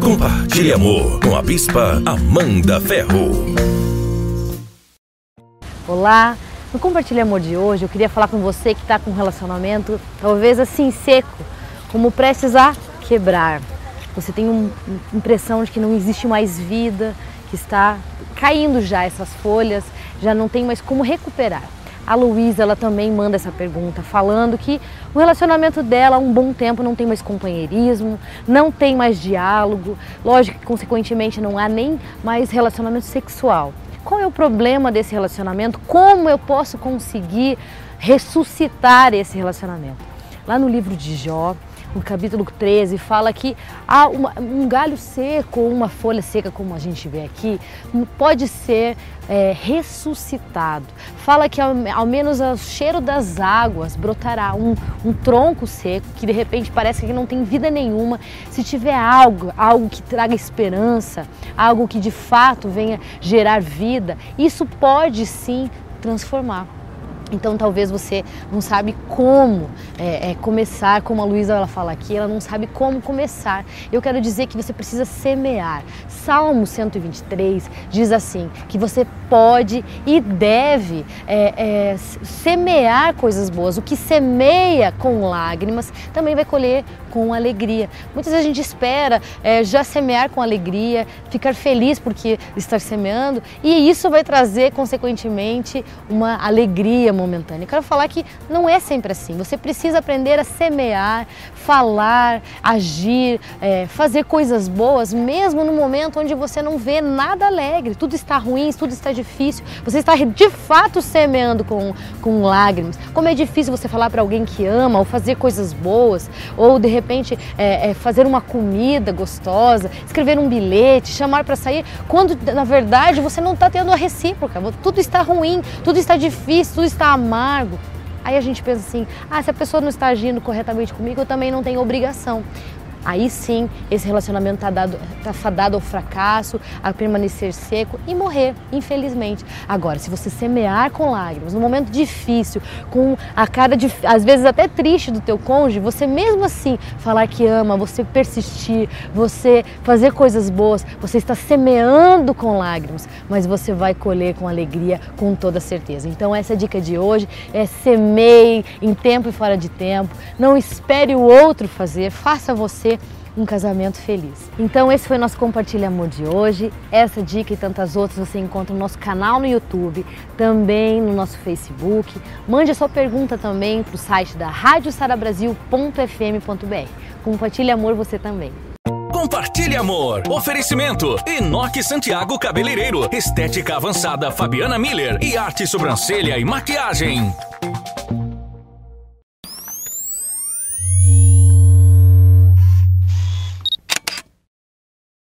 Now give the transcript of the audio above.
Compartilhe Amor com a Bispa Amanda Ferro. Olá, no Compartilhe Amor de hoje eu queria falar com você que está com um relacionamento talvez assim seco, como prestes a quebrar. Você tem uma impressão de que não existe mais vida, que está caindo já essas folhas, já não tem mais como recuperar. A Luísa, ela também manda essa pergunta, falando que o relacionamento dela há um bom tempo não tem mais companheirismo, não tem mais diálogo, lógico que consequentemente não há nem mais relacionamento sexual. Qual é o problema desse relacionamento? Como eu posso conseguir ressuscitar esse relacionamento? Lá no livro de Jó, no capítulo 13, fala que há um galho seco ou uma folha seca, como a gente vê aqui, pode ser ressuscitado. Fala que ao menos o cheiro das águas brotará um tronco seco, que de repente parece que não tem vida nenhuma. Se tiver algo que traga esperança, algo que de fato venha gerar vida, isso pode sim transformar. Então talvez você não sabe como começar, como a Luísa ela fala aqui, ela não sabe como começar. Eu quero dizer que você precisa semear. Salmo 123 diz assim, que você pode e deve semear coisas boas. O que semeia com lágrimas também vai colher com alegria. Muitas vezes a gente espera já semear com alegria, ficar feliz porque estar semeando, e isso vai trazer consequentemente uma alegria momentânea. Eu quero falar que não é sempre assim. Você precisa aprender a semear, falar, agir, fazer coisas boas, mesmo no momento onde você não vê nada alegre, tudo está ruim, tudo está difícil. Você está de fato semeando com lágrimas. Como é difícil você falar para alguém que ama, ou fazer coisas boas, ou de repente fazer uma comida gostosa, escrever um bilhete, chamar para sair, quando na verdade você não está tendo a recíproca. Tudo está ruim, tudo está difícil, tudo está amargo. Aí a gente pensa assim, se a pessoa não está agindo corretamente comigo, eu também não tenho obrigação. Aí sim, esse relacionamento está fadado ao fracasso, a permanecer seco e morrer, infelizmente. Agora, se você semear com lágrimas, num momento difícil, com a cara às vezes até triste do teu cônjuge, você mesmo assim falar que ama, você persistir, você fazer coisas boas, você está semeando com lágrimas, mas você vai colher com alegria, com toda certeza. Então essa é a dica de hoje, semeie em tempo e fora de tempo, não espere o outro fazer, faça você um casamento feliz. Então esse foi o nosso Compartilha Amor de hoje. Essa dica e tantas outras você encontra no nosso canal no YouTube, também no nosso Facebook. Mande a sua pergunta também para o site da radiosarabrasil.fm.br. Compartilhe amor você também. Compartilhe Amor. Oferecimento Enoque Santiago Cabeleireiro, Estética Avançada Fabiana Miller e Arte Sobrancelha e Maquiagem.